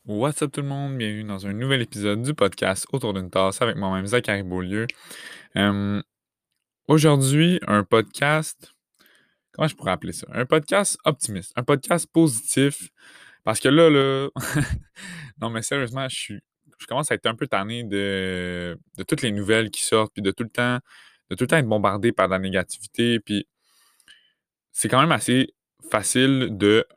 What's up tout le monde? Bienvenue dans un nouvel épisode du podcast Autour d'une tasse avec moi-même Zachary Beaulieu. Euh, Aujourd'hui, un podcast, comment je pourrais appeler ça? Un podcast optimiste, un podcast positif. Parce que là, non mais sérieusement, je commence à être un peu tanné de toutes les nouvelles qui sortent, puis de tout le temps être bombardé par de la négativité. Puis c'est quand même assez facile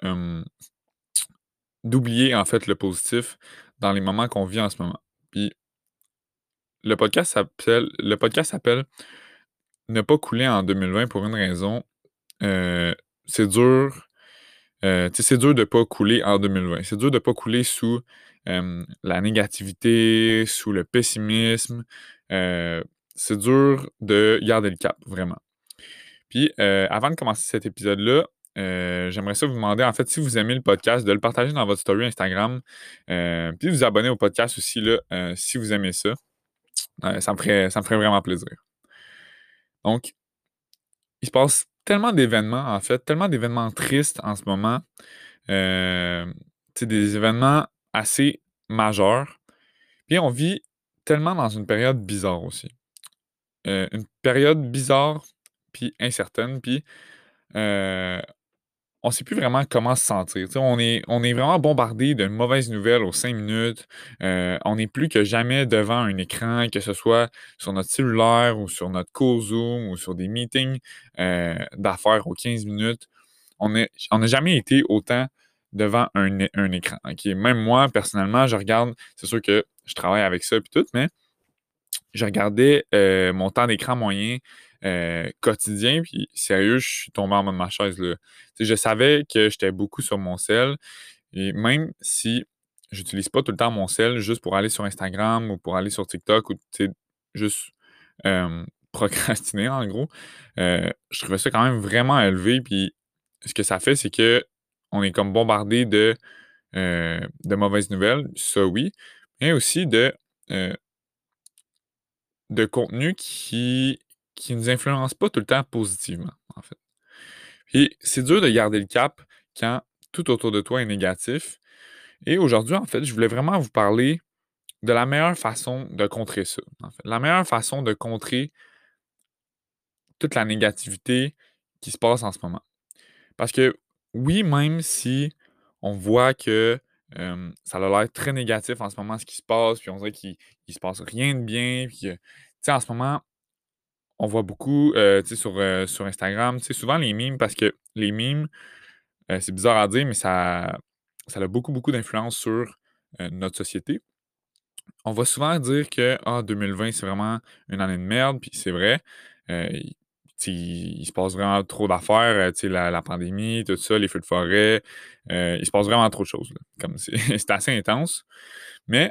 d'oublier en fait le positif dans les moments qu'on vit en ce moment. Puis le podcast s'appelle Ne pas couler en 2020 pour une raison. Euh, c'est dur. Tu sais, c'est dur de pas couler en 2020. C'est dur de pas couler sous la négativité, sous le pessimisme. Euh, c'est dur de garder le cap, vraiment. Puis, avant de commencer cet épisode-là, j'aimerais ça vous demander, en fait, si vous aimez le podcast, de le partager dans votre story Instagram. Puis de vous abonner au podcast aussi, là, si vous aimez ça. Ça me ferait vraiment plaisir. Donc, il se passe tellement d'événements, en fait, tellement d'événements tristes en ce moment. Euh, tu sais, des événements assez majeurs. Puis on vit tellement dans une période bizarre aussi. Une période bizarre, puis incertaine, puis euh, on sait plus vraiment comment se sentir. Tu sais, on est vraiment bombardé de mauvaises nouvelles aux 5 minutes. On est plus que jamais devant un écran, que ce soit sur notre cellulaire ou sur notre cours Zoom ou sur des meetings d'affaires aux 15 minutes. On n'a jamais été autant devant un écran. Ok? Même moi, personnellement, je regarde, c'est sûr que je travaille avec ça et tout, mais je regardais mon temps d'écran moyen quotidien, puis sérieux, je suis tombé en bas de ma chaise, là. Tu sais, je savais que j'étais beaucoup sur mon cell, et même si j'utilise pas tout le temps mon cell juste pour aller sur Instagram ou pour aller sur TikTok ou tu sais, juste procrastiner en gros, je trouvais ça quand même vraiment élevé, puis ce que ça fait, c'est que on est comme bombardé de mauvaises nouvelles, ça oui, mais aussi euh, de contenu qui nous influence pas tout le temps positivement, en fait. Puis c'est dur de garder le cap quand tout autour de toi est négatif. Et aujourd'hui, en fait, je voulais vraiment vous parler de la meilleure façon de contrer ça. En fait. La meilleure façon de contrer toute la négativité qui se passe en ce moment. Parce que oui, même si on voit que ça a l'air très négatif en ce moment, ce qui se passe, puis on dirait qu'il se passe rien de bien, puis tu sais, en ce moment, on voit beaucoup, tu sais, sur Instagram, tu sais, souvent les mimes, parce que les mimes, c'est bizarre à dire, mais ça a beaucoup, beaucoup d'influence sur notre société. On va souvent dire que 2020, c'est vraiment une année de merde, puis c'est vrai. Tu sais, il se passe vraiment trop d'affaires, tu sais, la pandémie, tout ça, les feux de forêt. Il se passe vraiment trop de choses, là. Comme c'est c'est assez intense. Mais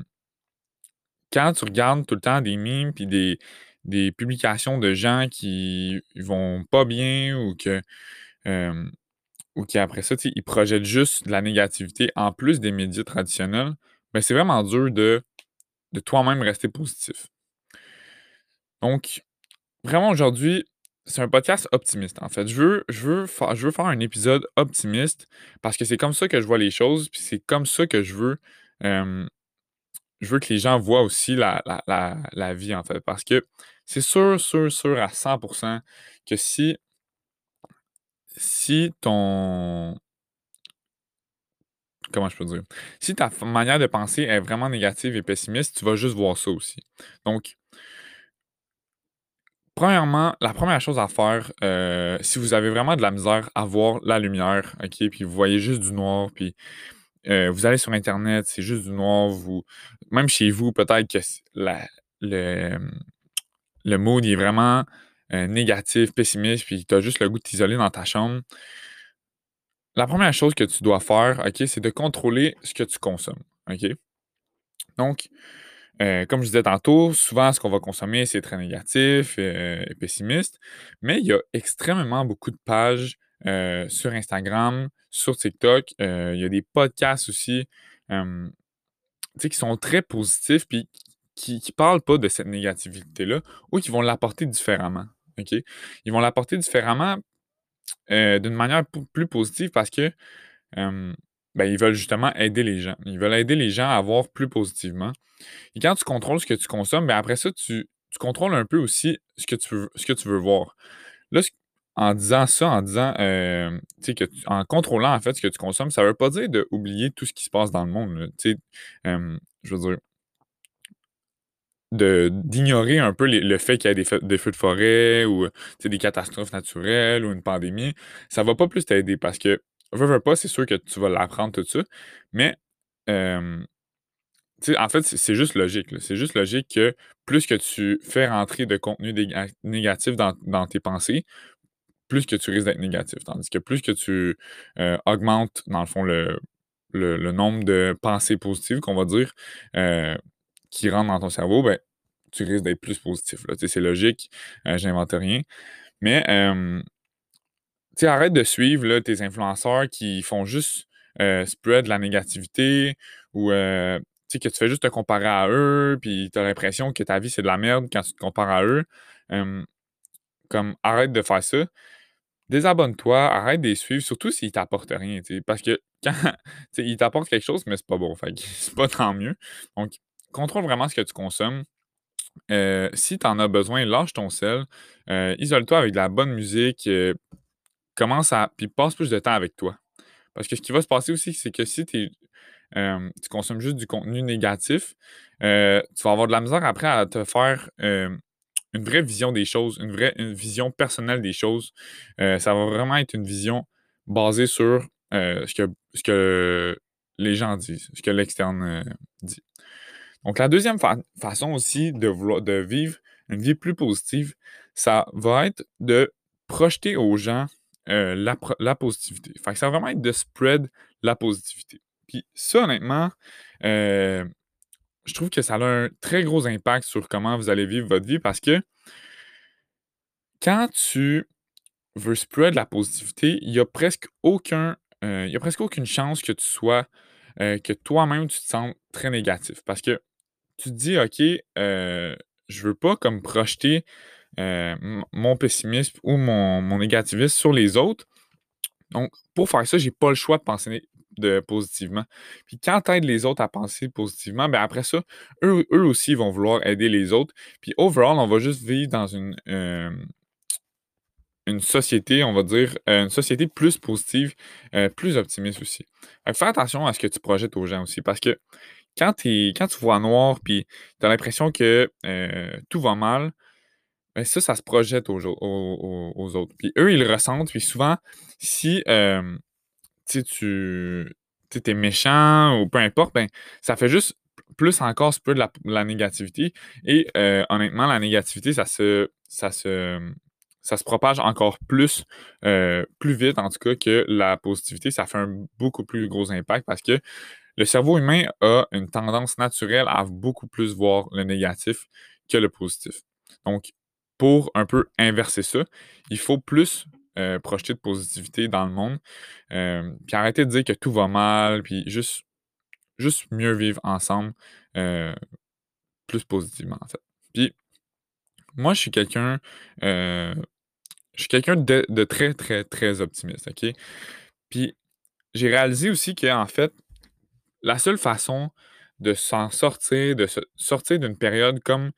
quand tu regardes tout le temps des memes puis des publications de gens qui vont pas bien euh, ou qui après ça, tu sais, ils projettent juste de la négativité en plus des médias traditionnels, ben c'est vraiment dur de toi-même rester positif. Donc, vraiment aujourd'hui, c'est un podcast optimiste, en fait. Je veux faire un épisode optimiste parce que c'est comme ça que je vois les choses, puis c'est comme ça que euh, je veux que les gens voient aussi la vie, en fait. Parce que c'est sûr, sûr, sûr à 100% que si ton. Comment je peux dire? Si ta manière de penser est vraiment négative et pessimiste, tu vas juste voir ça aussi. Donc, premièrement, la première chose à faire, si vous avez vraiment de la misère à voir la lumière, OK, puis vous voyez juste du noir, puis vous allez sur Internet, c'est juste du noir, même chez vous, peut-être que le, le mood il est vraiment négatif, pessimiste, puis tu as juste le goût de t'isoler dans ta chambre. La première chose que tu dois faire, OK, c'est de contrôler ce que tu consommes. OK? Donc, comme je disais tantôt, souvent, ce qu'on va consommer, c'est très négatif et pessimiste, mais il y a extrêmement beaucoup de pages sur Instagram, sur TikTok. Il y a des podcasts aussi, euh, tu sais, qui sont très positifs puis qui parlent pas de cette négativité-là ou qui vont l'apporter différemment. OK? Ils vont l'apporter différemment d'une manière plus positive parce que ben, ils veulent justement aider les gens. Ils veulent aider les gens à voir plus positivement. Et quand tu contrôles ce que tu consommes, ben, après ça, tu contrôles un peu aussi ce que tu veux voir. Là, en disant ça, tu sais, en contrôlant, en fait, ce que tu consommes, ça veut pas dire d'oublier tout ce qui se passe dans le monde, là. Tu sais, je veux dire, d'ignorer un peu le fait qu'il y ait des feux de forêt ou, tu sais, des catastrophes naturelles ou une pandémie. Ça va pas plus t'aider parce que, veux pas, c'est sûr que tu vas l'apprendre tout ça, mais, hem, tu sais, en fait, c'est juste logique, là. C'est juste logique que plus que tu fais rentrer de contenu négatif dans tes pensées, plus que tu risques d'être négatif. Tandis que plus que tu augmentes, dans le fond, le nombre de pensées positives, qu'on va dire, euh, qui rentrent dans ton cerveau, ben, tu risques d'être plus positif. Là. Tu sais, c'est logique, j'invente rien. Mais tu sais, arrête de suivre là, tes influenceurs qui font juste spread de la négativité ou tu sais, que tu fais juste te comparer à eux, puis tu as l'impression que ta vie c'est de la merde quand tu te compares à eux. Euh, comme arrête de faire ça. Désabonne-toi, arrête de les suivre, surtout s'ils t'apportent rien, tu sais, parce que quand tu sais, ils t'apportent quelque chose, mais c'est pas bon, fait que c'est pas tant mieux. Donc, contrôle vraiment ce que tu consommes. Si tu en as besoin, lâche ton sel, isole-toi avec de la bonne musique, commence à puis passe plus de temps avec toi. Parce que ce qui va se passer aussi, c'est que si tu consommes juste du contenu négatif, tu vas avoir de la misère après à te faire, une vraie vision des choses, une vision personnelle des choses. Ça va vraiment être une vision basée sur ce que les gens disent, ce que l'externe dit. Donc, la deuxième façon aussi de vivre une vie plus positive, ça va être de projeter aux gens la positivité. Fait que ça va vraiment être de spread la positivité. Puis ça, honnêtement, euh, je trouve que ça a un très gros impact sur comment vous allez vivre votre vie parce que quand tu veux spread la positivité, il y a presque aucune chance que tu sois, que toi-même tu te sens très négatif. Parce que tu te dis, OK, je veux pas comme projeter mon pessimisme ou mon négativisme sur les autres. Donc, pour faire ça, j'ai pas le choix de penser positivement. Puis quand tu aides les autres à penser positivement, ben après ça, eux aussi vont vouloir aider les autres. Puis overall, on va juste vivre dans une société, on va dire, une société plus positive, plus optimiste aussi. Fait que fais attention à ce que tu projettes aux gens aussi, parce que quand tu vois noir, puis tu as l'impression que tout va mal, ben ça se projette aux autres. Puis eux, ils le ressentent, puis souvent, si tu sais, t'es méchant ou peu importe, ben, ça fait juste plus encore ce peu de la négativité. Et honnêtement, la négativité, ça se propage encore plus vite en tout cas que la positivité. Ça fait un beaucoup plus gros impact parce que le cerveau humain a une tendance naturelle à beaucoup plus voir le négatif que le positif. Donc, pour un peu inverser ça, il faut plus projeter de positivité dans le monde, puis arrêter de dire que tout va mal, puis juste mieux vivre ensemble, euh, plus positivement, en fait. Puis, moi, euh, je suis quelqu'un de très, très, très optimiste, OK? Puis, j'ai réalisé aussi qu'en fait, la seule façon de s'en sortir, de se sortir d'une période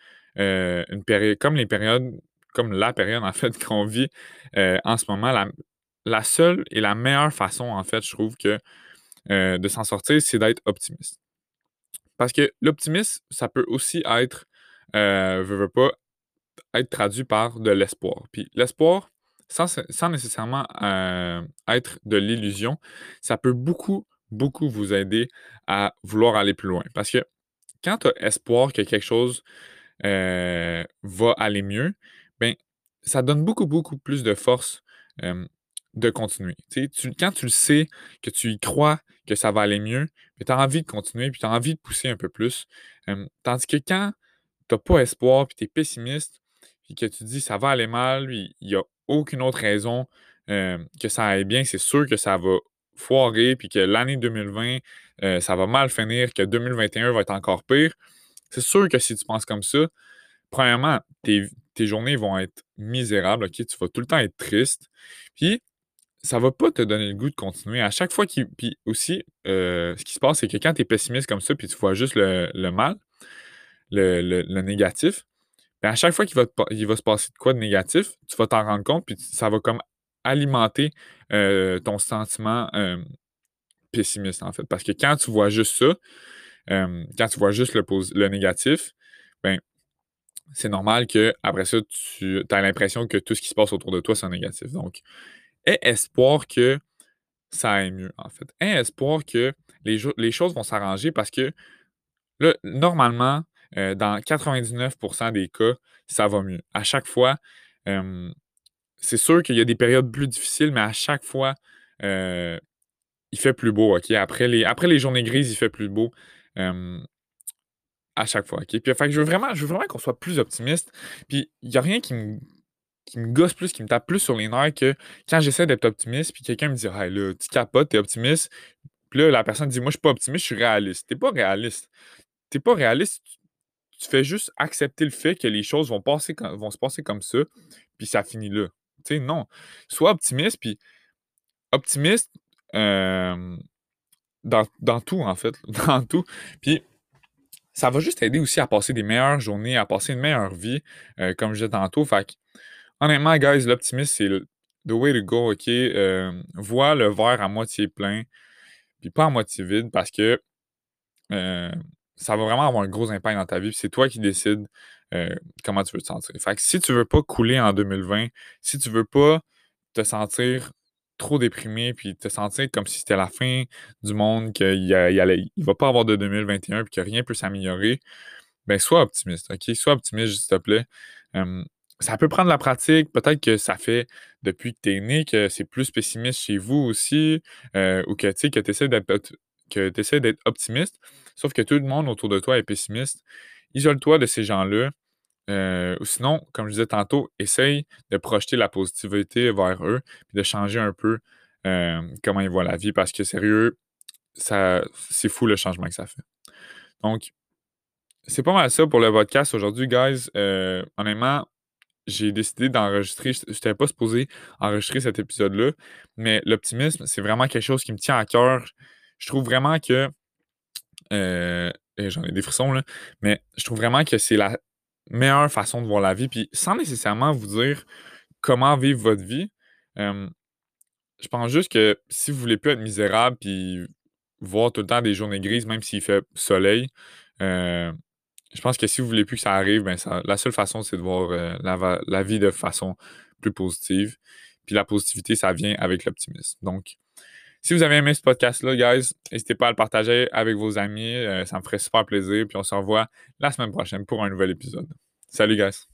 comme les périodes, comme la période en fait qu'on vit en ce moment, la seule et la meilleure façon, en fait, je trouve que de s'en sortir, c'est d'être optimiste. Parce que l'optimisme, ça peut aussi être, veux pas, être traduit par de l'espoir. Puis l'espoir, sans nécessairement être de l'illusion, ça peut beaucoup, beaucoup vous aider à vouloir aller plus loin. Parce que quand tu as espoir que quelque chose va aller mieux, ben, ça donne beaucoup, beaucoup plus de force euh, de continuer. Tu sais, quand tu le sais, que tu y crois, que ça va aller mieux, tu as envie de continuer, puis tu as envie de pousser un peu plus. Tandis que quand tu n'as pas espoir, puis tu es pessimiste, puis que tu te dis ça va aller mal, puis il n'y a aucune autre raison que ça aille bien, c'est sûr que ça va foirer, puis que l'année 2020, ça va mal finir, que 2021 va être encore pire. C'est sûr que si tu penses comme ça, premièrement, tes journées vont être misérables, OK? Tu vas tout le temps être triste. Puis, ça va pas te donner le goût de continuer. À chaque fois puis aussi, ce qui se passe, c'est que quand tu es pessimiste comme ça, puis tu vois juste le mal, le négatif, ben à chaque fois il va se passer de quoi de négatif, tu vas t'en rendre compte, puis ça va comme alimenter ton sentiment pessimiste, en fait. Parce que quand tu vois juste ça, quand tu vois juste le négatif, ben c'est normal que après ça, tu as l'impression que tout ce qui se passe autour de toi, c'est négatif. Donc, aie espoir que ça aille mieux, en fait. Aie espoir que les choses vont s'arranger parce que là, normalement, dans 99% des cas, ça va mieux. À chaque fois, euh, c'est sûr qu'il y a des périodes plus difficiles, mais à chaque fois, euh, il fait plus beau, OK? Après les journées grises, il fait plus beau. euh, à chaque fois, OK? Puis, fait que je veux vraiment qu'on soit plus optimiste. Puis, il n'y a rien qui me gosse plus, qui me tape plus sur les nerfs que quand j'essaie d'être optimiste, puis quelqu'un me dit, hey, là, tu capotes, t'es optimiste. Puis là, la personne dit, moi, je suis pas optimiste, je suis réaliste. T'es pas réaliste. T'es pas réaliste. Tu fais juste accepter le fait que les choses vont se passer comme ça, puis ça finit là. Tu sais, non. Sois optimiste, puis optimiste euh, dans tout, en fait. Dans tout. Puis ça va juste aider aussi à passer des meilleures journées, à passer une meilleure vie, comme je disais tantôt. Fait que, honnêtement, guys, l'optimisme, c'est the way to go, OK? Vois le verre à moitié plein, puis pas à moitié vide, parce que euh, ça va vraiment avoir un gros impact dans ta vie. Puis c'est toi qui décides comment tu veux te sentir. Fait que si tu veux pas couler en 2020, si tu veux pas te sentir trop déprimé, puis te sentir comme si c'était la fin du monde, il va pas avoir de 2021, puis que rien peut s'améliorer, ben sois optimiste, OK? Sois optimiste, s'il te plaît. Euh, Ça peut prendre la pratique. Peut-être que ça fait depuis que tu es né que c'est plus pessimiste chez vous aussi, ou que tu sais que tu essaies d'être optimiste, sauf que tout le monde autour de toi est pessimiste. Isole-toi de ces gens-là. Ou sinon, comme je disais tantôt, essaye de projeter la positivité vers eux, puis de changer un peu comment ils voient la vie, parce que sérieux, c'est fou le changement que ça fait. Donc, c'est pas mal ça pour le podcast aujourd'hui, guys. Honnêtement, j'ai décidé d'enregistrer. Je n'étais pas supposé enregistrer cet épisode-là, mais l'optimisme, c'est vraiment quelque chose qui me tient à cœur. Je trouve vraiment que. Et j'en ai des frissons, là. Mais je trouve vraiment que c'est la meilleure façon de voir la vie. Puis sans nécessairement vous dire comment vivre votre vie, euh, je pense juste que si vous voulez plus être misérable puis voir tout le temps des journées grises, même s'il fait soleil, euh, je pense que si vous voulez plus que ça arrive, ben la seule façon, c'est de voir la vie de façon plus positive. Puis la positivité, ça vient avec l'optimisme. Donc, si vous avez aimé ce podcast-là, guys, n'hésitez pas à le partager avec vos amis. Ça me ferait super plaisir. Puis on se revoit la semaine prochaine pour un nouvel épisode. Salut, guys!